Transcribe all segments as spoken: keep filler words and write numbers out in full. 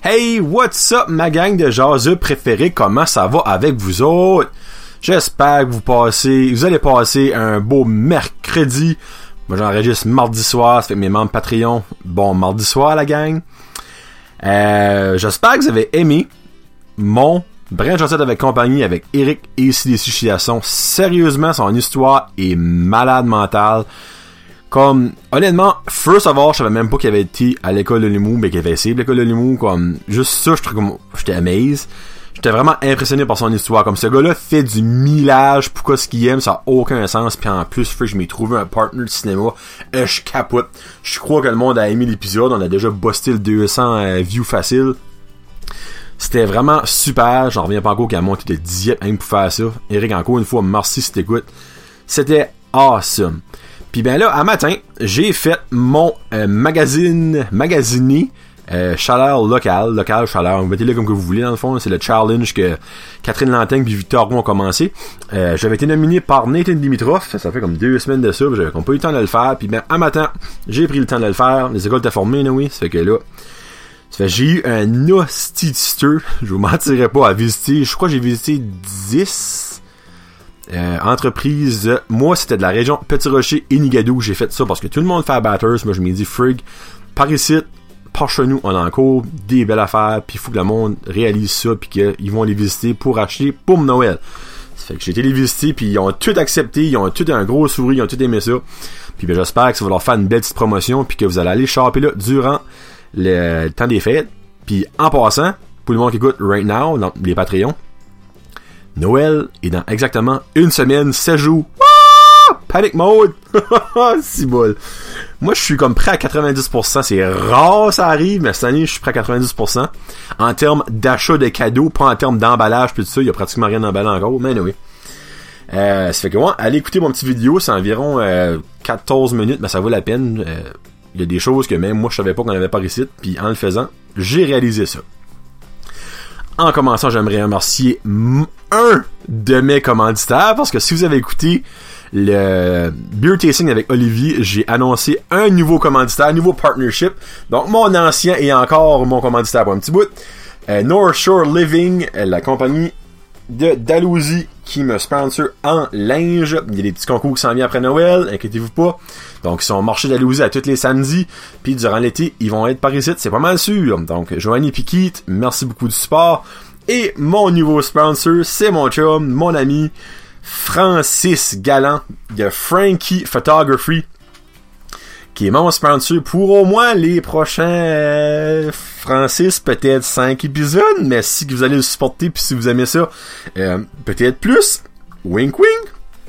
Hey, what's up, ma gang de jaseux préférés? Comment ça va avec vous autres? J'espère que vous passez, vous allez passer un beau mercredi. Moi, j'enregistre mardi soir, ça fait que mes membres Patreon. Bon mardi soir, la gang. Euh, j'espère que vous avez aimé mon Brin Chancette avec compagnie avec Eric et C D C Chiasson. Sérieusement, son histoire est malade mentale. Comme, honnêtement, first of all, je savais même pas qu'il avait été à l'école de l'humour, mais qu'il avait essayé l'école de l'humour, comme, juste ça, je comme, j'étais amazed. J'étais vraiment impressionné par son histoire. Comme, ce gars-là fait du millage, pourquoi ce qu'il aime, ça a aucun sens, pis en plus, je m'ai trouvé un partner de cinéma, euh, je capote. Je crois que le monde a aimé l'épisode, on a déjà busté le deux cents euh, views facile. C'était vraiment super, j'en reviens pas encore qu'il a monté de diète même pour faire ça. Eric, encore une fois, merci si t'écoutes. C'était awesome. Puis ben là, à matin, j'ai fait mon euh, magazine, magasiné, euh, chaleur locale, local chaleur, vous mettez-le comme que vous voulez dans le fond, c'est le challenge que Catherine Lantaigne puis Victor Roux ont commencé. Euh, j'avais été nominé par Nathan Dimitrov, ça, ça fait comme deux semaines de ça, j'avais comme pas eu le temps de le faire, puis ben à matin, j'ai pris le temps de le faire, les écoles étaient formées, oui, ça fait que là, ça fait j'ai eu un hostitister, je vous mentirais pas, à visiter, je crois que j'ai visité dix Euh, entreprise, euh, moi c'était de la région Petit Rocher et Nigadou que j'ai fait ça parce que tout le monde fait Batters. Moi je me dis frig, par ici, par chez nous, on a encore des belles affaires, puis il faut que le monde réalise ça, puis qu'ils vont les visiter pour acheter pour Noël. Ça fait que j'ai été les visiter, puis ils ont tout accepté, ils ont tout un gros sourire, ils ont tout aimé ça. Puis ben, j'espère que ça va leur faire une belle petite promotion, puis que vous allez aller shopper là durant le, le temps des fêtes. Puis en passant, pour le monde qui écoute right now, dans les Patreons, Noël est dans exactement une semaine, sept jours. Ah! Panic mode! Si bol. Moi, je suis comme prêt à quatre-vingt-dix pour cent. C'est rare, ça arrive, mais cette année, je suis prêt à quatre-vingt-dix pour cent. En termes d'achat de cadeaux, pas en termes d'emballage, puis tout ça. Il y a pratiquement rien d'emballé encore, mais oui. Euh, ça fait que, ouais, allez écouter mon petit vidéo. C'est environ euh, quatorze minutes, mais ça vaut la peine. Euh, il y a des choses que même moi, je savais pas qu'on avait par ici. Puis en le faisant, j'ai réalisé ça. En commençant, j'aimerais remercier un de mes commanditaires, parce que si vous avez écouté le Beer Tasting avec Olivier, j'ai annoncé un nouveau commanditaire, un nouveau partnership. Donc, mon ancien et encore mon commanditaire pour un petit bout. Euh, North Shore Living, la compagnie de Dalhousie qui me sponsor en linge. Il y a des petits concours qui s'en viennent après Noël, inquiétez-vous pas. Donc, ils sont au marché de Dalhousie à tous les samedis. Puis, durant l'été, ils vont être par ici, c'est pas mal sûr. Donc, Joanie Piquette, merci beaucoup du support. Et mon nouveau sponsor, c'est mon chum, mon ami, Francis Galland, de Frankie Photography, qui est mon sponsor pour au moins les prochains euh, Francis, peut-être cinq épisodes, mais si vous allez le supporter puis si vous aimez ça, euh, peut-être plus. Wink wink.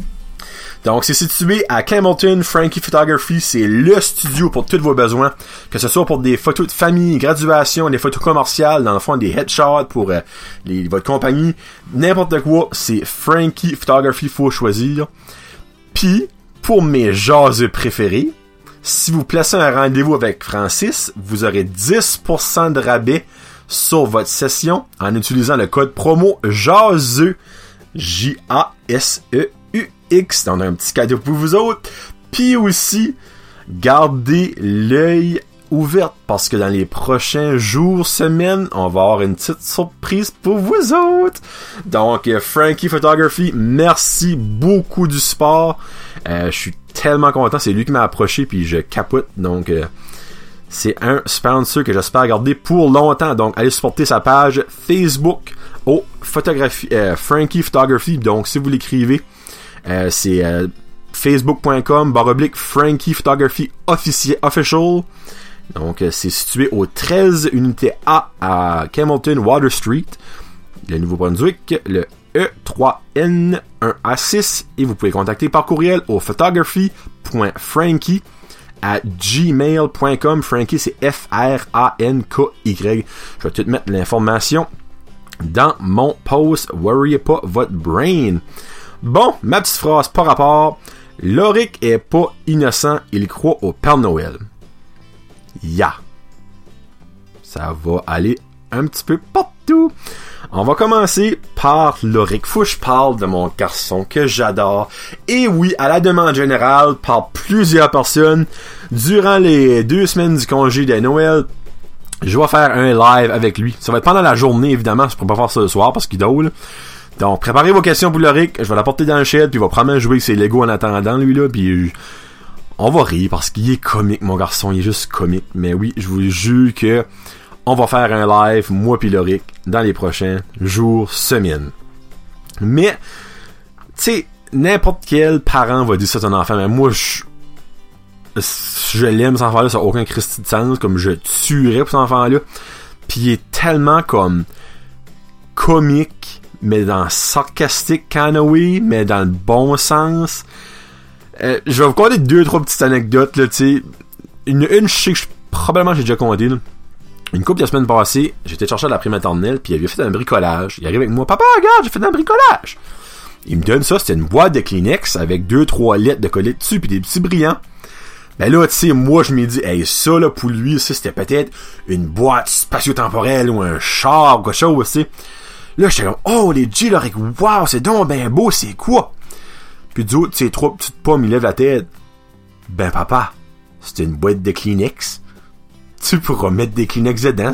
Donc c'est situé à Campbellton. Frankie Photography, c'est le studio pour tous vos besoins, que ce soit pour des photos de famille, graduation, des photos commerciales, dans le fond des headshots pour euh, les, votre compagnie, n'importe quoi, c'est Frankie Photography, faut choisir. Puis pour mes jaseux préférés, si vous placez un rendez-vous avec Francis, vous aurez dix pour cent de rabais sur votre session en utilisant le code promo jaseux, J A S E U X. On a un petit cadeau pour vous autres. Puis aussi, gardez l'œil ouvert parce que dans les prochains jours, semaines, on va avoir une petite surprise pour vous autres. Donc, Frankie Photography, merci beaucoup du support. Euh, je suis tellement content, c'est lui qui m'a approché puis je capote, donc euh, c'est un sponsor que j'espère garder pour longtemps. Donc allez supporter sa page Facebook au photographie euh, Frankie Photography. Donc si vous l'écrivez, euh, c'est euh, facebook point com barre oblique Frankie Photography officiel official. Donc euh, c'est situé au treize unité A à Campbellton Water Street, le Nouveau-Brunswick, le E trois N un A six, et vous pouvez contacter par courriel au photography point frankie à gmail point com. Frankie, c'est F R A N K Y. Je vais tout mettre l'information dans mon post. Worry pas votre brain. Bon, ma petite phrase par rapport. Loric est pas innocent, il croit au Père Noël. Ya. Yeah. Ça va aller un petit peu partout. On va commencer par Loric. Faut que je parle de mon garçon que j'adore. Et oui, à la demande générale, par plusieurs personnes, durant les deux semaines du congé de Noël, je vais faire un live avec lui. Ça va être pendant la journée, évidemment. Je pourrais pas faire ça le soir parce qu'il dort, là. Donc, préparez vos questions pour Loric. Je vais l'apporter dans le shed, puis il va probablement jouer avec ses Legos en attendant, lui, là. Puis on va rire parce qu'il est comique, mon garçon. Il est juste comique. Mais oui, je vous jure que on va faire un live, moi puis Loric, dans les prochains jours, semaines. Mais, tu sais, n'importe quel parent va dire ça à ton enfant. Mais moi, je... je l'aime, cet enfant-là, ça n'a aucun Christi de sens, comme je tuerais pour cet enfant-là. Puis il est tellement comme comique, mais dans sarcastique kind of way, mais dans le bon sens. Euh, je vais vous conter deux, trois petites anecdotes, là, tu sais. Une, une, je sais que je, probablement j'ai déjà compté, là. Une couple de semaines passées, j'étais chercher à la pré-maternelle, puis il avait fait un bricolage. Il arrive avec moi, papa, regarde, j'ai fait un bricolage. Il me donne ça, c'était une boîte de Kleenex avec deux, trois lettres de coller dessus, puis des petits brillants. Ben là, tu sais, moi, je m'ai dit, hey, ça, là, pour lui, ça, c'était peut-être une boîte spatio-temporelle ou un char ou quelque chose, tu sais. Là, j'étais comme, oh, les G, là, wow, c'est donc ben beau, c'est quoi? Puis du coup, tu sais, trois petites pommes, il lève la tête. Ben, papa, c'était une boîte de Kleenex. Tu pourras mettre des Kleenex dedans.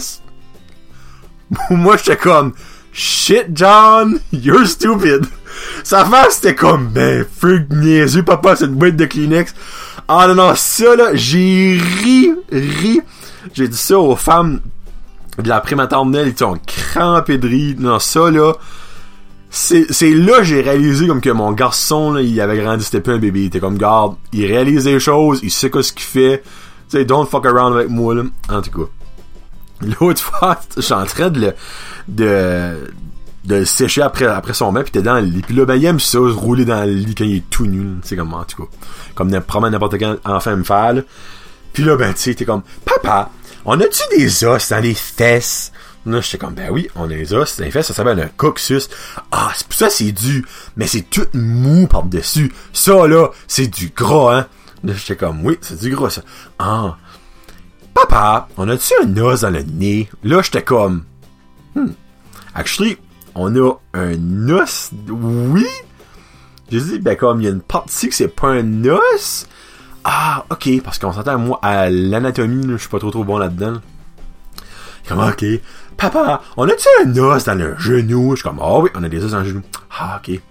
Moi, j'étais comme, shit, John, you're stupid. Sa face, c'était comme, ben, feu niaiseux, papa, c'est une boîte de Kleenex. Ah non, non, ça, là, j'ai ri, ri. J'ai dit ça aux femmes de la pré-maternelle, ils ont crampé de rire. Non, ça, là, c'est, c'est là que j'ai réalisé comme que mon garçon, là, il avait grandi, c'était plus un bébé. Il était comme, garde, il réalise des choses, il sait quoi ce qu'il fait. Tu sais, don't fuck around avec moi, là. En tout cas. L'autre fois, je suis en train de le, de, de le sécher après, après son bain, pis t'es dans le lit. Pis là, ben, il aime ça, se rouler dans le lit quand il est tout nu, là. Tu sais, comme, en tout cas. Comme probablement n'importe quel enfant me faire, là. Pis là, ben, tu sais, t'es comme, papa, on a-tu des os dans les fesses? Là, j'étais comme, ben oui, on a des os dans les fesses, ça s'appelle un coccyx. Ah, c'est pour ça, c'est du, mais c'est tout mou par-dessus. Ça, là, c'est du gras, hein. Là, j'étais comme, oui, c'est du gras, ça. Ah. Papa, on a-tu un os dans le nez? Là, j'étais comme, hmm. Actually, on a un os, oui. J'ai dit, ben, comme, il y a une partie que c'est pas un os. Ah, ok, parce qu'on s'entend, moi, à l'anatomie, là, je suis pas trop trop bon là-dedans. Là. Comme, ok. Papa, on a-tu un os dans le genou? Je suis comme, ah oh, oui, on a des os dans le genou. Ah, ok.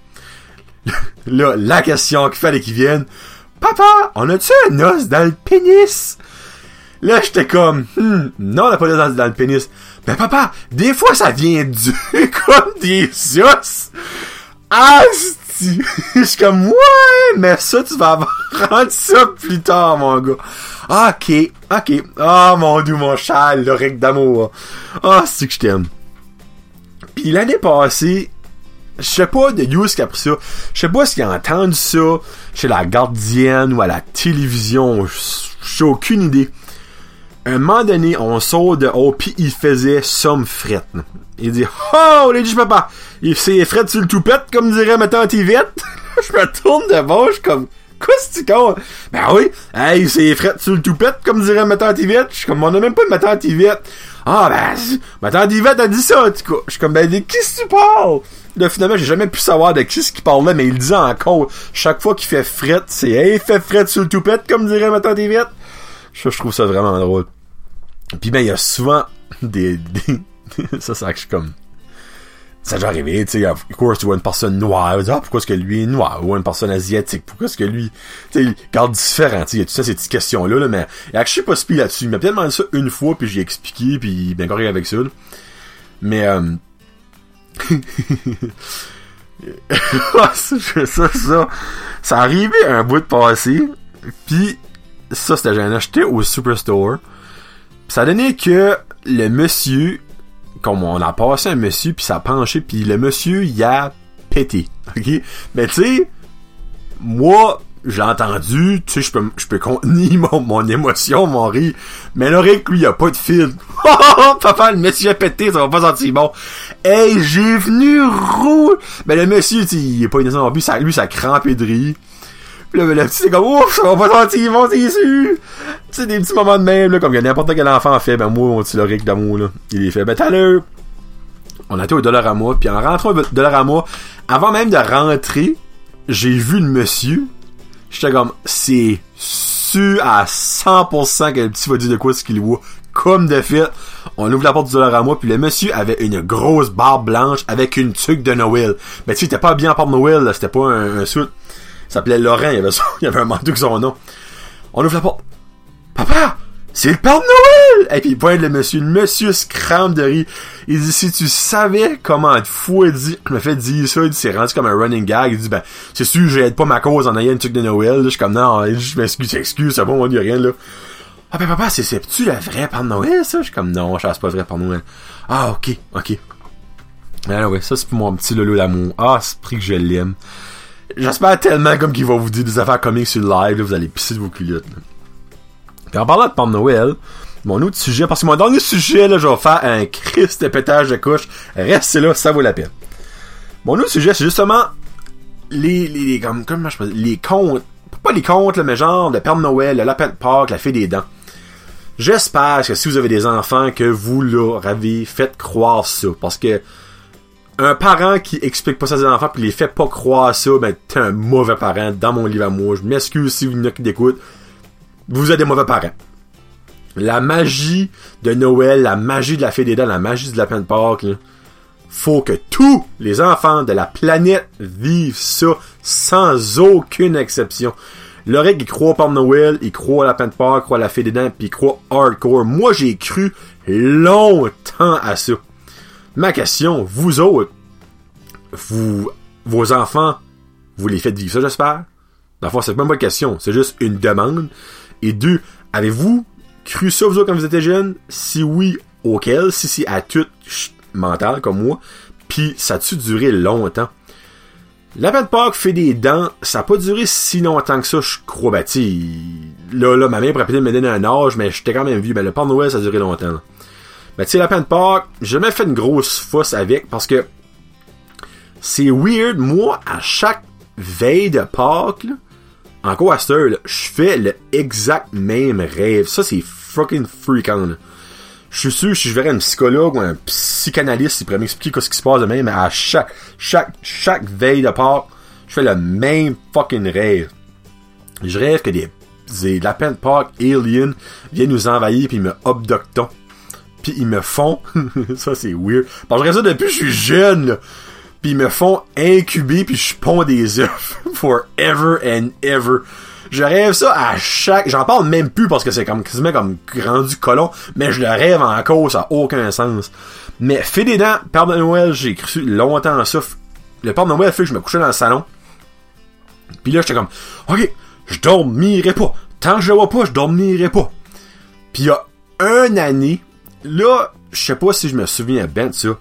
Là, la question qu'il fallait qu'il vienne. Papa, on a-tu un os dans le pénis? Là, j'étais comme, hmm, non, on n'a pas d'os dans, dans le pénis. Ben, papa, des fois, ça vient du comme des os. Ah, je suis comme, ouais, mais ça, tu vas rendre ça plus tard, mon gars. Ah, ok, ok. Ah, mon doux, mon châle, l'oreille d'amour. Ah, c'est que je t'aime. Puis l'année passée, je sais pas de où est-ce qu'il a pris ça. Je sais pas s'il a entendu ça chez la gardienne ou à la télévision. J'ai aucune idée. Un moment donné, on sort de haut, pis il faisait somme frette. Il dit, oh, les papa, il s'est frette sur le toupette, comme dirait ma tante Yvette. Je me tourne de bord, je suis comme, quoi c'est tu con? Ben oui, hey, il s'est frette sur le toupette, comme dirait ma tante Yvette. Je suis comme, on a même pas de ma tante Yvette. Ah, ben, ma tante Yvette a dit ça, en tout cas. Je suis comme, ben, de qui tu parles? Là, finalement, j'ai jamais pu savoir de qui ce qu'il parlait, mais il disait encore, chaque fois qu'il fait frette, c'est, hey, il fait frette sur le toupette, comme dirait ma tante Yvette. Je, je trouve ça vraiment drôle. Puis ben, il y a souvent des... des ça, c'est que je suis comme... Ça a déjà arrivé, tu sais, of course, tu vois une personne noire, tu dis, ah, pourquoi est-ce que lui est noir? Ou une personne asiatique, pourquoi est-ce que lui... Tu sais, garde différent, tu sais, il y a tout ça, ces petites questions-là, là, mais... Et je suis pas spi là-dessus, il m'a peut-être demandé ça une fois, puis j'ai expliqué, puis il est bien correct avec ça, là. Mais, euh... ça, ça, ça... Ça arrivait un bout de passé, puis ça, c'était j'ai acheté au Superstore. Ça a donné que le monsieur, comme on a passé un monsieur, puis ça a penché, puis le monsieur, il a pété, ok? Mais tu sais, moi, j'ai entendu, tu sais, je peux, je peux contenir mon, mon émotion, mon rire, mais l'oreille, lui, il a pas de fil. Papa, le monsieur a pété, ça va pas sentir bon. Hey, j'ai venu rouge. Mais le monsieur, tu sais, il est pas innocent non plus, ça, lui, ça a crampé de rire. Pis là, le petit, c'est comme, ouf, ça va pas sentir bon, c'est sûr. Tu sais, des petits moments de même, là, comme que n'importe quel enfant fait, ben, moi, mon petit Loric d'amour, là, il est fait, ben, t'as l'heure. On a été au Dollarama, puis en rentrant au Dollarama, avant même de rentrer, j'ai vu le monsieur. J'étais comme, c'est sûr à cent pour cent que le petit va dire de quoi ce qu'il voit. Comme de fait, On ouvre la porte du Dollarama, puis le monsieur avait une grosse barbe blanche avec une tuque de Noël. Mais tu sais, il était pas bien en porte Noël, là. C'était pas un, un suit. Il s'appelait Laurent, il y avait son, il y avait un manteau avec son nom. On ouvre la porte. Papa! C'est le Père Noël! Et puis il pointe le monsieur. Le monsieur se crame de rire. Il dit, si tu savais comment te fou, il dit, je me fait dire ça, il dit, c'est rendu comme un running gag. Il dit, ben, c'est sûr, j'aide pas ma cause en ayant une tuque de Noël. Là, je suis comme, non, je m'excuse, excuse, c'est bon, on dit rien, là. Ah, ben, papa, c'est, c'est-tu le vrai Père Noël, ça? Je suis comme, non, je sais pas le vrai Père Noël. Ah, ok, ok. Ah, ouais, ça, c'est pour mon petit lolo d'amour. Ah, c'est pris que je l'aime. J'espère tellement comme qu'il va vous dire des affaires comiques sur le live, là, vous allez pisser de vos culottes, là. Puis en parlant de Père Noël, mon autre sujet, parce que mon dernier sujet, là, je vais faire un Christ de pétage de couche. Restez là, ça vaut la peine. Mon autre sujet, c'est justement les, les, les comme, comment je peux dire, les contes, pas les contes, là, mais genre le Père Noël, le lapin de Pâques, la fée des dents. J'espère que si vous avez des enfants, que vous leur avez fait croire ça. Parce que un parent qui explique pas ça à ses enfants puis les fait pas croire ça, ben t'es un mauvais parent dans mon livre à moi. Je m'excuse si vous n'avez qui d'écoute. Vous êtes des mauvais parents. La magie de Noël, la magie de la fée des dents, la magie du lapin de Pâques, là, faut que tous les enfants de la planète vivent ça sans aucune exception. L'oreille qui croit au Père Noël, il croit au lapin de Pâques, il croit à la fée des dents, puis il croit hardcore. Moi, j'ai cru longtemps à ça. Ma question, vous autres, vous, vos enfants, vous les faites vivre ça, j'espère? Dans le fond, c'est même pas une question, c'est juste une demande. Et deux, avez-vous cru ça, vous autres, quand vous étiez jeunes? Si oui, auquel? Si c'est à tout mental, comme moi. Puis, ça a-tu duré longtemps? Lapin de Pâques fait des dents, ça a pas duré si longtemps que ça, je crois. Ben, tu là, là, ma mère pourrait peut-être me donner un âge, mais j'étais quand même vieux. Ben, le Père Noël, ça a duré longtemps, là. Ben, tu sais, Lapin de Pâques, j'ai jamais fait une grosse fosse avec, parce que c'est weird. Moi, à chaque veille de Pâques, là, encore à cette heure, là, je fais le exact même rêve. Ça, c'est fucking freakant, là. Je suis sûr, si je verrais un psychologue ou un psychanalyste, il pourrait m'expliquer ce qui se passe de même, mais à chaque, chaque, chaque veille de Pâques, je fais le même fucking rêve. Je rêve que des, des lapins de Pâques aliens viennent nous envahir pis ils me abductent. Pis ils me font, ça c'est weird. Parce que je rêve ça depuis que je suis jeune, là. Pis ils me font incuber pis je ponds des œufs. Forever and ever. Je rêve ça à chaque... J'en parle même plus parce que c'est comme quasiment comme rendu colon, mais je le rêve encore, ça n'a aucun sens. Mais fée des dents, Père de Noël, j'ai cru longtemps à ça. Le Père de Noël fait que je me couchais dans le salon. Pis là, j'étais comme, ok, je dormirai pas. Tant que je le vois pas, je dormirai pas. Pis il y a une année, là, je sais pas si je me souviens bien de ça.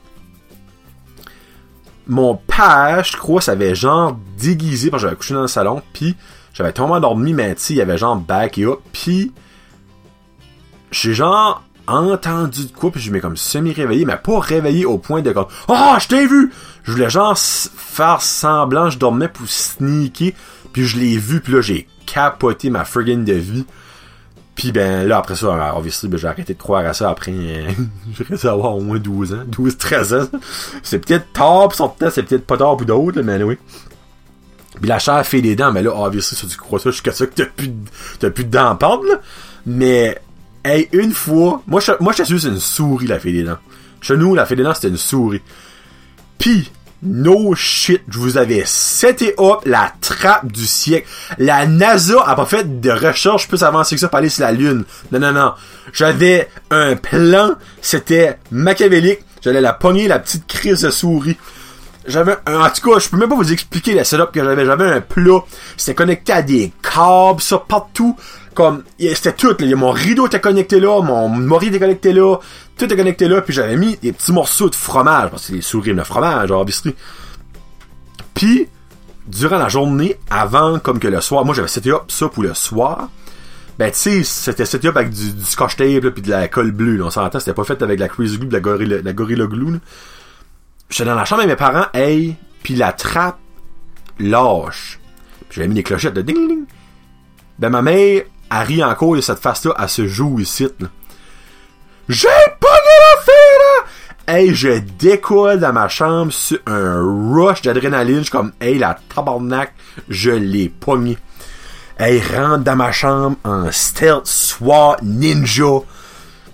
Mon père, je crois, ça avait genre déguisé parce que j'avais couché dans le salon, pis j'avais tombé endormi, mais tu sais, il y avait genre back et up, pis j'ai genre entendu de quoi, pis je m'ai comme semi-réveillé, mais pas réveillé au point de comme « Ah, oh, je t'ai vu! » Je voulais genre faire semblant, je dormais pour sneaker, pis je l'ai vu, pis là, j'ai capoté ma friggin' de vie. Pis ben là, après ça, obviously, ben, j'ai arrêté de croire à ça après, euh, j'ai réussi à avoir au moins douze ans, douze treize ans. C'est peut-être tard, pis son temps, c'est peut-être pas tard pour d'autres, mais oui. Pis la chair fait des dents, mais là, obviously, ça, tu crois ça jusqu'à ça que t'as plus de, t'as plus de dents à perdre, là. Mais, hey, une fois, moi, je, moi, je suis sûr c'est une souris, la fée des dents. Chez nous, la fée des dents, c'était une souris. Pis, no shit, je vous avais seté up la trappe du siècle. La NASA a pas fait de recherche plus avancée que ça pour aller sur la Lune. Non, non, non. J'avais un plan, c'était machiavélique. J'allais la pogner, la petite crise de souris. J'avais un, en tout cas, je peux même pas vous expliquer la setup que j'avais. J'avais un plat, c'était connecté à des câbles, ça, partout. Comme, c'était tout, là. Mon rideau était connecté là, mon mori était connecté là, tout était connecté là, puis j'avais mis des petits morceaux de fromage, parce que c'est des souris de fromage, genre, obviously. Puis, durant la journée, avant, comme que le soir, moi j'avais seté up ça pour le soir, ben tu sais, c'était seté up avec du, du scotch tape, là, pis de la colle bleue, là, on s'entend, c'était pas fait avec la Crazy Glue, de la Gorilla, la Gorilla Glue, là. J'étais dans la chambre avec mes parents, hey, pis la trappe lâche. Puis j'avais mis des clochettes de ding ding. Ben ma mère, elle rit encore de cette face-là, elle se joue ici, là. J'ai pogné la fille, là! Hey, je décolle dans ma chambre sur un rush d'adrénaline, je suis comme, hey, la tabarnak, je l'ai pogné. Hey, rentre dans ma chambre en stealth, SWAT, ninja.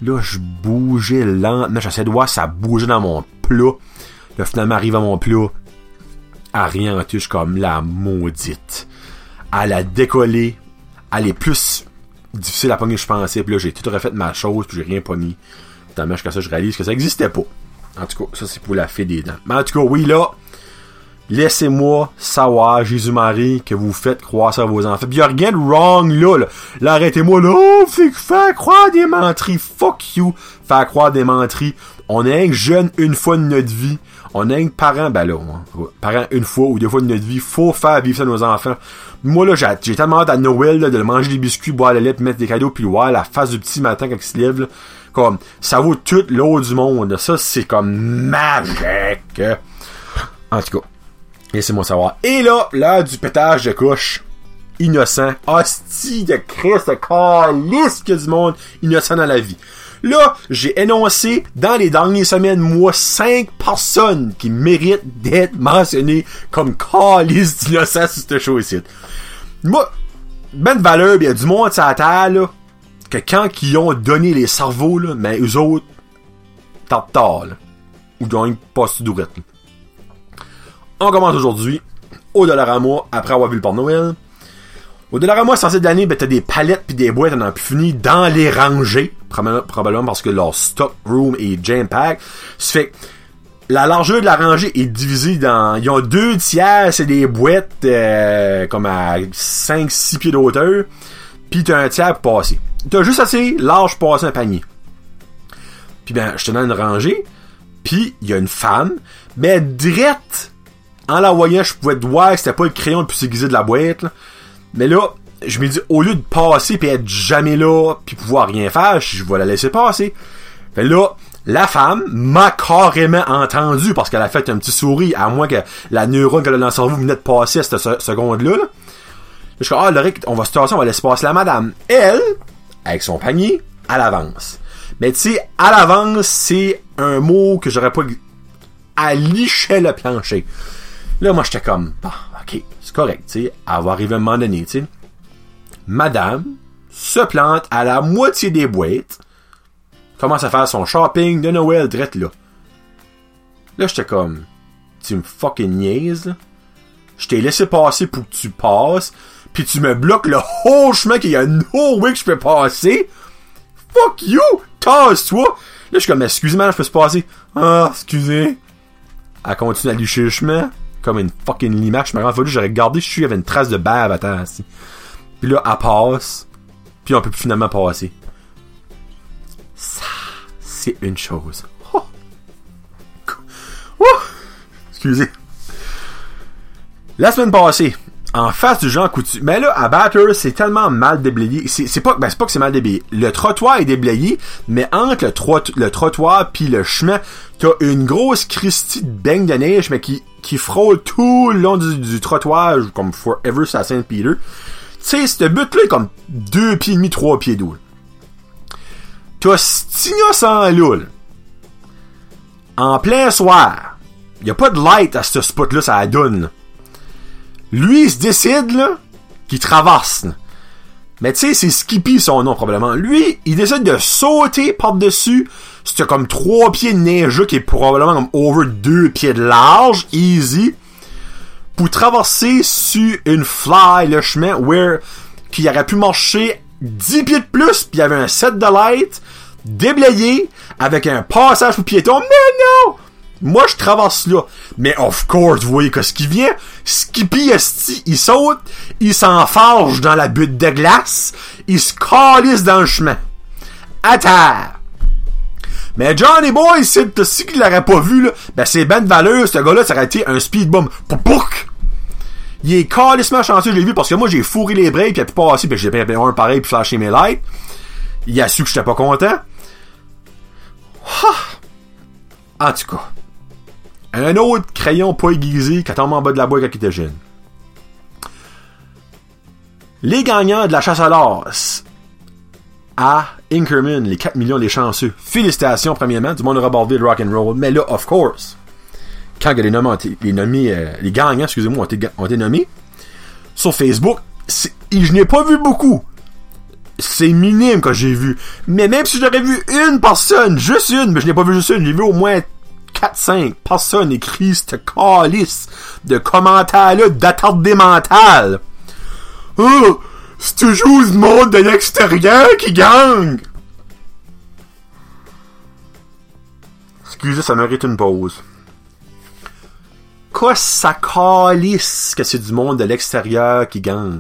Là, je bougeais lentement. J'essayais de voir si ça bougeait dans mon plat. Là, finalement, arrive à mon plat. Elle rientuche comme la maudite. Elle a décollé. Elle est plus difficile à pogner que je pensais. Puis là, j'ai tout refait ma chose. Puis j'ai rien pogné. Finalement, jusqu'à ça, je réalise que ça existait pas. En tout cas, ça, c'est pour la fée des dents. Mais en tout cas, oui, là, laissez-moi savoir, Jésus-Marie, que vous faites croire ça à vos enfants. Pis y'a rien de wrong, là, là. Là, arrêtez-moi, là. Oh, faire croire des menteries. Fuck you. Faire croire des menteries. On est un jeune une fois de notre vie. On est un parent, ben là, hein, parent une fois ou deux fois de notre vie. Faut faire vivre ça à nos enfants. Moi, là, j'ai, j'ai tellement hâte à Noël, là, de manger des biscuits, boire le lait, pis mettre des cadeaux, puis voir la face du petit matin quand il se lève, là. Comme, ça vaut toute l'eau du monde. Ça, c'est comme magique. En tout cas, laissez-moi savoir. Et là, l'heure du pétage de couche. Innocent. Hostie de Christ, de calice qu'il y a du monde innocent dans la vie. Là, j'ai énoncé dans les dernières semaines, moi, cinq personnes qui méritent d'être mentionnées comme calice d'innocent sur cette chose-ci. Moi, ben de valeur, il y a du monde sur la terre, là, que quand ils ont donné les cerveaux, là, mais eux autres, tard tard, là. Ou donc, pas sur dourette, là. On commence aujourd'hui au Dollarama après avoir vu le Père Noël. Au Dollarama, c'est cette année, ben, t'as des palettes pis des boîtes, on en a plus fini dans les rangées. Probablement parce que leur stock room est jam-pack. Ça fait que la largeur de la rangée est divisée dans... Ils ont deux tiers, c'est des boîtes euh, comme à cinq six pieds de pis t'as un tiers pour passer. T'as juste assez large pour passer un panier. Pis ben, j'étais dans une rangée, pis il y a une femme, mais direct, en la voyant, je pouvais te voir que c'était pas le crayon le plus aiguisé de la boîte, là. Mais là, je me dis, au lieu de passer pis être jamais là, pis pouvoir rien faire, je vais la laisser passer. Fait là, la femme m'a carrément entendu parce qu'elle a fait un petit sourire, à moins que la neurone qu'elle a dans le cerveau venait de passer à cette seconde-là, là. Je suis comme, ah, Laurie, on va se tasser, on va laisser passer la madame. Elle, avec son panier, à l'avance. Mais tu sais, à l'avance, c'est un mot que j'aurais pas... à licher le plancher. Là, moi, j'étais comme, bah, ok, c'est correct, tu sais, elle va arriver à un moment donné, tu sais. Madame se plante à la moitié des boîtes, commence à faire son shopping de Noël direct là. Là, j'étais comme, tu me fucking niaises, là. Je t'ai laissé passer pour que tu passes, pis tu me bloques le whole chemin qu'il y a no way que je peux passer. Fuck you! Tasse-toi! Là, je suis comme, excusez-moi, je peux se passer. Ah, excusez. Elle continue à licher le chemin, comme une fucking limace. Je me rends fallu, j'aurais regardé, je suis, il y avait une trace de bave à terre, ici. Puis là, elle passe, puis on peut plus finalement passer. Ça, c'est une chose. Oh. Oh. Excusez. La semaine passée, en face du Jean Coutu. Mais là, à Bathurst, c'est tellement mal déblayé. C'est, c'est pas, ben, c'est pas que c'est mal déblayé. Le trottoir est déblayé, mais entre le, trot- le trottoir puis le chemin, t'as une grosse Christie de beigne de neige, mais qui, qui frôle tout le long du, du trottoir, comme Forever, c'est à Saint-Peter. Tu sais, ce but-là est comme deux pieds et demi, trois pieds d'eau. T'as cet innocent-là, là, en plein soir. Y a pas de light à ce spot-là, ça la donne, là. Lui, il se décide, là, qu'il traverse, là. Mais tu sais, c'est Skippy son nom, probablement. Lui, il décide de sauter par-dessus. C'était comme trois pieds de neigeux qui est probablement comme over deux pieds de large, easy, pour traverser sur une fly, le chemin, where, qu'il aurait pu marcher dix pieds de plus, pis il y avait un set de light, déblayé, avec un passage pour piéton. Mais non! Moi, je traverse là. Mais of course, vous voyez que ce qui vient, Skippy, esti, il saute, il s'enfarge dans la butte de glace, il se calisse dans le chemin. À terre. Mais Johnny Boy, c'est aussi qu'il l'aurait pas vu, là, ben c'est ben de valeur, ce gars-là, ça aurait été un speed bump. Pouc! Il est calissement chanceux, je l'ai vu, parce que moi, j'ai fourré les breaks, pis il a pu passer, pis j'ai payé un pareil, pis flashé mes lights. Il a su que j'étais pas content. En tout cas. Un autre crayon pas aiguisé qui tombe en bas de la boîte quand il était jeune. Les gagnants de la chasse à l'as à Inkerman, les quatre millions des chanceux. Félicitations, premièrement, du monde de Robertville Rock'n'Roll. Mais là, of course, quand les, nommés, les, nommés, euh, les gagnants, excusez-moi, ont été, ont été nommés, sur Facebook, je n'ai pas vu beaucoup. c'est minime que j'ai vu. Mais même si j'aurais vu une personne, juste une, mais je n'ai pas vu juste une, j'ai vu au moins quatre cinq personnes écrire cette calice de commentaires-là d'attardé mental. Oh, c'est toujours le monde de l'extérieur qui gagne. Excusez, ça mérite une pause. Quoi, ça calisse que c'est du monde de l'extérieur qui gagne.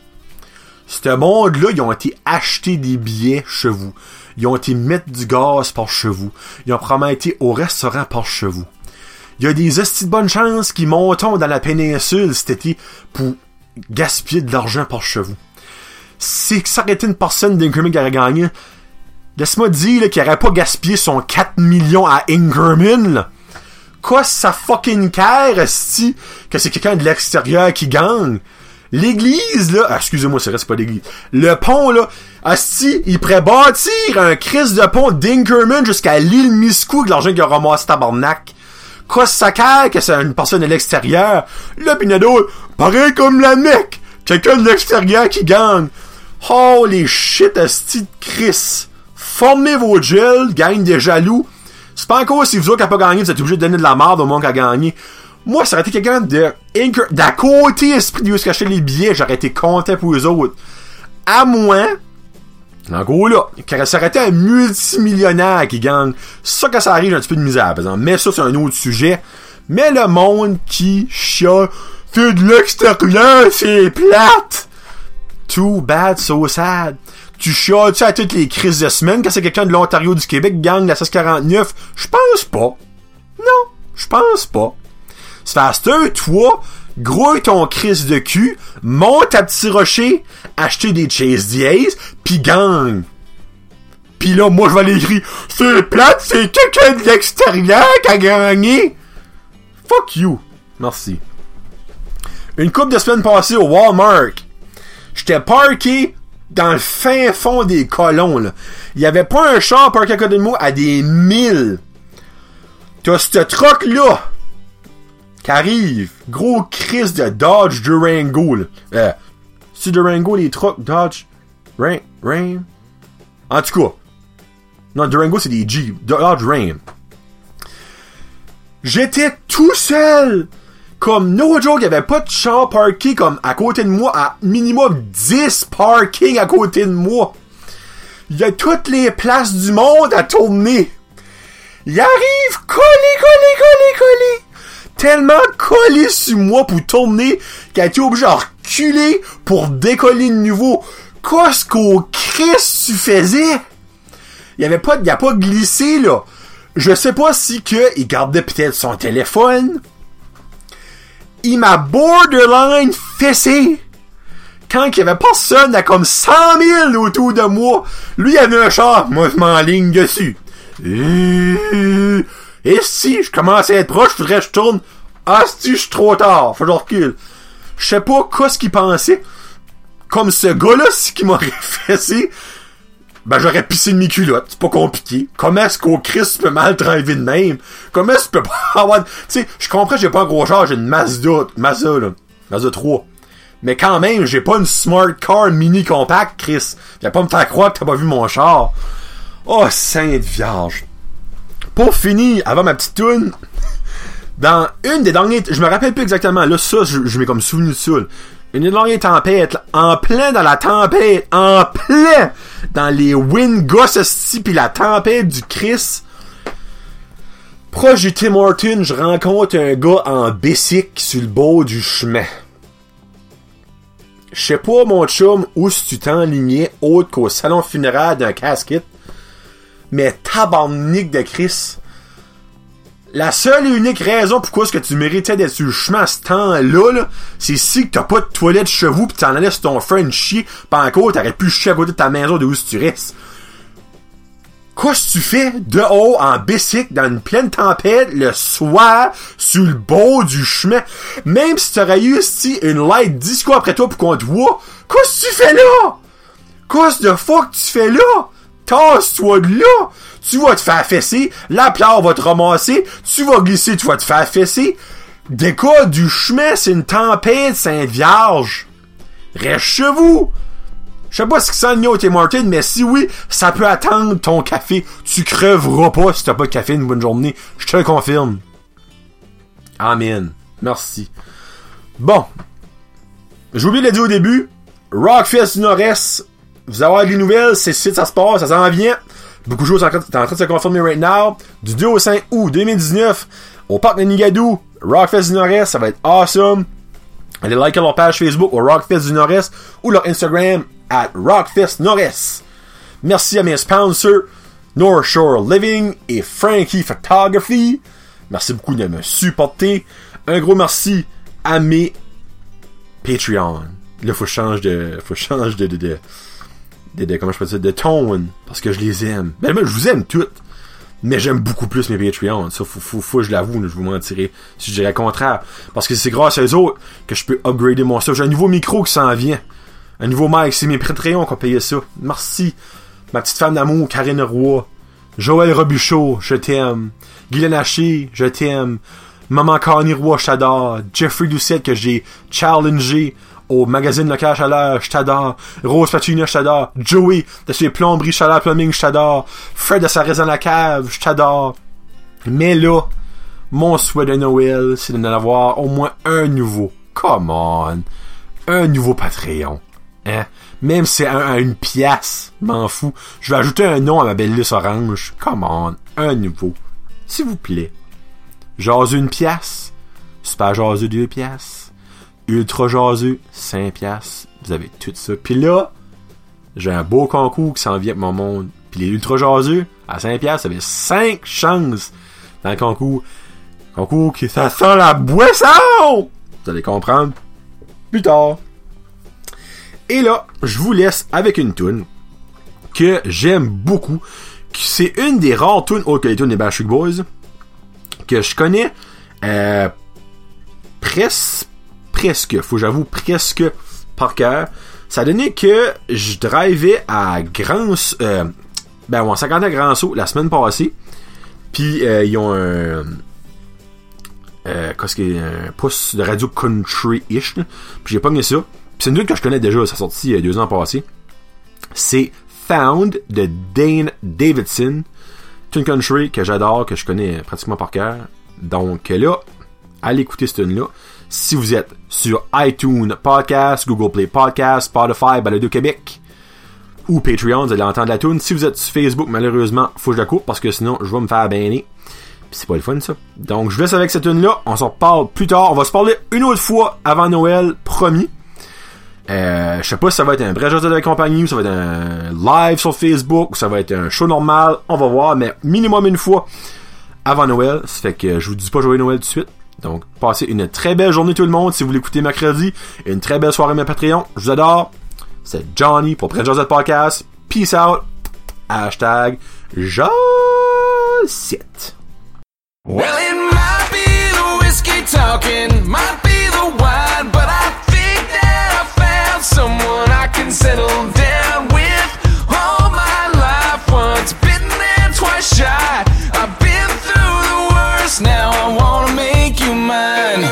Ce monde-là, ils ont été acheter des billets chez vous. Ils ont été mettre du gaz par chez vous. Ils ont probablement été au restaurant par chez vous. Il y a des hosties de bonne chance qui montent dans la péninsule cet été pour gaspiller de l'argent par chez vous. C'est que ça aurait été une personne d'Inkerman qui aurait gagné. Laisse-moi dire là, qu'il n'aurait pas gaspillé son quatre millions à Inkerman, là. Quoi, ça fucking care, esti, que c'est quelqu'un de l'extérieur qui gagne. L'église, là, ah, excusez-moi, c'est vrai, c'est pas l'église. Le pont, là, esti, il pourrait bâtir un crise de pont d'Inkerman jusqu'à l'île Miscou avec l'argent qu'il a ramassé tabarnak. Quoi, ça care que c'est une personne de l'extérieur. Là, pis d'autres, pareil comme la Mecque, quelqu'un de l'extérieur qui gagne. Holy shit, esti de Chris. Formez vos gels, gagne des jaloux. C'est pas encore si vous autres qui n'avez pas gagné, vous êtes obligé de donner de la merde au monde qui a gagné. Moi, ça aurait été quelqu'un de d'à côté esprit de où se cacher les billets, j'aurais été content pour eux autres. À moins, en gros là, ça aurait été un multimillionnaire qui gagne. Ça, quand ça arrive, j'ai un petit peu de misère, par exemple. Mais ça, c'est un autre sujet. Mais le monde qui chiale, c'est de l'extérieur, c'est plate. Too bad, so sad. Tu chiales-tu à toutes les crises de semaine quand c'est quelqu'un de l'Ontario du Québec gagne la seize quarante-neuf? Je pense pas. Non, je pense pas. C'est faster, toi, grouille ton crise de cul, monte à Petit Rocher, acheter des Chase Diaz, pis gagne. Pis là, moi, je vais aller écrire, c'est plate, c'est quelqu'un de l'extérieur qui a gagné. Fuck you. Merci. Une couple de semaines passées au Walmart, j'étais parké dans le fin fond des colons, là. Il y avait pas un char parké à côté de moi à des milles. T'as ce truck-là qui arrive. Gros Chris de Dodge Durango, là. Euh, c'est Durango, les trucks Dodge Ram, Ram. En tout cas. Non, Durango, c'est des Jeep. Dodge Ram. J'étais tout seul. Comme, no joke, il y avait pas de char parké comme à côté de moi, à minimum dix parkings à côté de moi. Il y a toutes les places du monde à tourner. Il arrive collé, collé, collé, collé. Tellement collé sur moi pour tourner qu'il a été obligé de reculer pour décoller de nouveau. Qu'est-ce qu'au Christ tu faisais? Il y avait pas, il y a pas glissé, là. Je sais pas si que il gardait peut-être son téléphone. Il m'a borderline fessé. Quand il y avait personne à comme cent mille autour de moi. Lui, il avait un char. Moi, je m'enligne dessus. Et, et si je commençais à être proche, faudrait que je tourne. Ah, si je suis trop tard. Faut que je recule. Je sais pas qu'est-ce qu'il pensait. Comme ce gars-là, si qui m'aurait fessé, ben j'aurais pissé de mes culottes. C'est pas compliqué. Comment est-ce qu'au Christ tu peux mal driver de même? Comment est-ce que tu peux pas avoir... Tu sais, je comprends que j'ai pas un gros char, j'ai une Mazda, Mazda, là. Mazda trois. Mais quand même, j'ai pas une smart car mini compact, Chris. Viens pas me faire croire que t'as pas vu mon char. Oh, Sainte Vierge. Pour finir, avant ma petite toune, dans une des dernières... Je me rappelle plus exactement. Là, ça, je, je m'ai comme souvenu de ça, là. Une des dernières tempêtes, là, en plein dans la tempête, en plein dans les Wingos pis la tempête du Chris. Proche du Tim Hortons, je rencontre un gars en bicycle sur le bord du chemin. Je sais pas, mon chum, où si tu t'enlignais autre qu'au salon funéraire d'un casket, mais tabarnak de Chris. La seule et unique raison pourquoi est-ce que tu méritais d'être sur le chemin à ce temps-là, là, c'est si que t'as pas de toilette chez vous pis t'en allais sur ton friend chier, pis encore t'aurais pu chier à côté de ta maison de où tu restes. Qu'est-ce que tu fais de haut en bicycle dans une pleine tempête le soir sur le bord du chemin? Même si t'aurais eu ici une light disco après toi pour qu'on te voit, qu'est-ce que tu fais là? Qu'est-ce de fuck tu fais là? Tasse-toi de là! Tu vas te faire fesser, la pierre va te ramasser, tu vas glisser, tu vas te faire fesser. Décode du chemin, c'est une tempête, Sainte Vierge. Reste chez vous. Je sais pas ce qui sent le au Tim Hortons, mais si oui, ça peut attendre ton café. Tu creveras pas si t'as pas de café une bonne journée. Je te le confirme. Amen. Merci. Bon. J'ai oublié de le dire au début. Rockfest du Nord-Est. Vous avez des nouvelles, c'est ici ça se passe, ça s'en vient. Beaucoup de choses sont en train de se confirmer right now. Du deux au cinq août deux mille dix-neuf, au parc de Nigadou, Rockfest du Nord-Est, ça va être awesome. Allez liker leur page Facebook au Rockfest du Nord-Est ou leur Instagram at Rockfest Nord-Est. Merci à mes sponsors, North Shore Living et Frankie Photography. Merci beaucoup de me supporter. Un gros merci à mes Patreon. Là, faut que je change de, faut que je change de, de, de, de, de comment je peux dire, de tone, parce que je les aime. Ben, moi, je vous aime toutes. Mais j'aime beaucoup plus mes Patreons. Ça, faut, faut, faut, je l'avoue, je vous mentirai si je dirais le contraire. Parce que c'est grâce à eux autres que je peux upgrader mon stuff. J'ai un nouveau micro qui s'en vient. Un nouveau mic. C'est mes Patreons qui ont payé ça. Merci. Ma petite femme d'amour, Karine Roy. Joël Robuchot, je t'aime. Guylaine Haché, je t'aime. Maman Connie Roy, je t'adore. Jeffrey Doucette, que j'ai challengé au magazine local Chaleur, je t'adore. Rose Patina, je t'adore. Joey, de ses plomberies Chaleur Plumbing, je t'adore. Fred de sa raison à la cave, je t'adore. Mais là, mon souhait de Noël, c'est d'en avoir au moins un nouveau. Come on. Un nouveau Patreon. Hein? Même si c'est un à une pièce, m'en fous. Je vais ajouter un nom à ma belle liste orange. Come on. Un nouveau. S'il vous plaît. Jaseux une pièce. Super jaseux deux pièces. Ultra jaseux, cinq piastres. Vous avez tout ça. Puis là, j'ai un beau concours qui s'en vient avec mon monde. Puis les ultra jaseux, à cinq piastres, vous avez cinq chances dans le concours. Concours qui ça sent la boisson! Vous allez comprendre plus tard. Et là, je vous laisse avec une toune que j'aime beaucoup. C'est une des rares tunes autres que les tunes des Backstreet Boys que je connais euh, presque presque, faut j'avoue, presque par cœur. Ça donnait que je drivais à Grand... Euh, ben, on cinquante à Grand Sault la semaine passée. Puis, euh, ils ont un... Euh, qu'est-ce qu'il y a? Un pouce de radio country-ish. Puis, j'ai pogné ça. Puis, c'est une tune que je connais déjà. Ça a sorti il y a deux ans passés. C'est Found de Dane Davidson. C'est une country que j'adore, que je connais pratiquement par cœur. Donc, là, allez écouter cette tune-là. Si vous êtes sur iTunes Podcast, Google Play Podcast, Spotify, Balado Québec ou Patreon, vous allez entendre la tune. Si vous êtes sur Facebook, malheureusement, faut que je la coupe parce que sinon, je vais me faire banner. Pis c'est pas le fun, ça. Donc, je vous laisse avec cette tune-là. On s'en reparle plus tard. On va se parler une autre fois avant Noël, promis. Euh, je sais pas si ça va être un vrai jeu de la compagnie ou ça va être un live sur Facebook ou ça va être un show normal. On va voir, mais minimum une fois avant Noël. Ça fait que je vous dis pas joyeux Noël tout de suite. Donc, passez une très belle journée tout le monde si vous l'écoutez mercredi. Et une très belle soirée mes Patreon. Je vous adore. C'est Johnny pour Prince Josette Podcast. Peace out. Hashtag Josette. Well, it might be the whiskey talking, might be the wine, but I think that I found someone I can settle down with. All my life, once bitten and twice shy. I've been through the worst, now I wanna make you mine.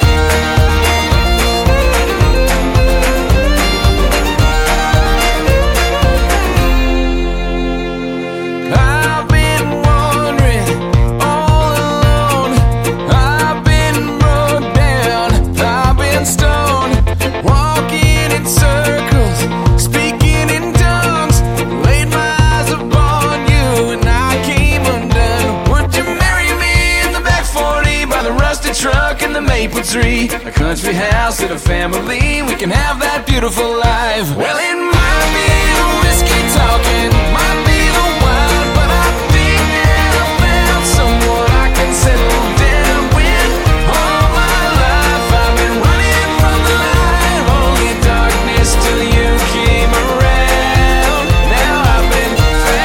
I've been wandering all alone. I've been broke down. I've been stoned, walking in circles, speaking in tongues. Laid my eyes upon you and I came undone. Would you marry me in the back forty by the rusted truck and the maple tree? A country house and a family, we can have that beautiful life. Well, it might be the whiskey talking, might be the wine, but I think that I found someone I can settle down with. All my life I've been running from the light, only darkness till you came around. Now I've been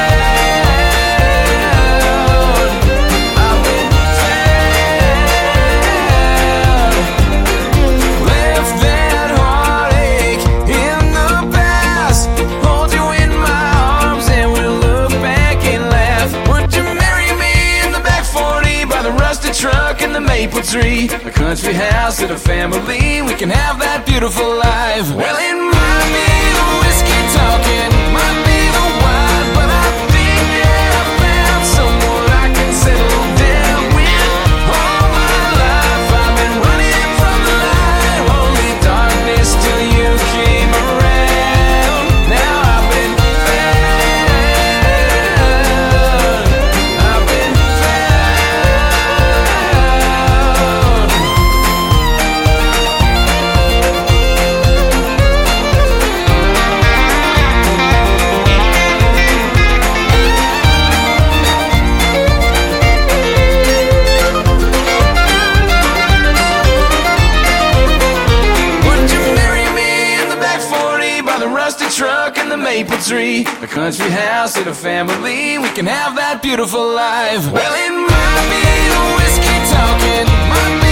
found, I've been found. Left that heartache in the past, hold you in my arms and we'll look back and laugh. Would you marry me in the back forty by the rusted truck and the maple tree? A country house and a family, we can have that beautiful life. Well, it might be the whiskey talking. Might be the wine, but I think that I found someone I can settle down with. All my life I've been running from the light, only darkness till you came around. Now I've been found. I've been found. Would you marry me in the back forty by the rusty truck and the maple tree? A country house and a family, we can have that beautiful life. Well, it might be the whiskey talking, might be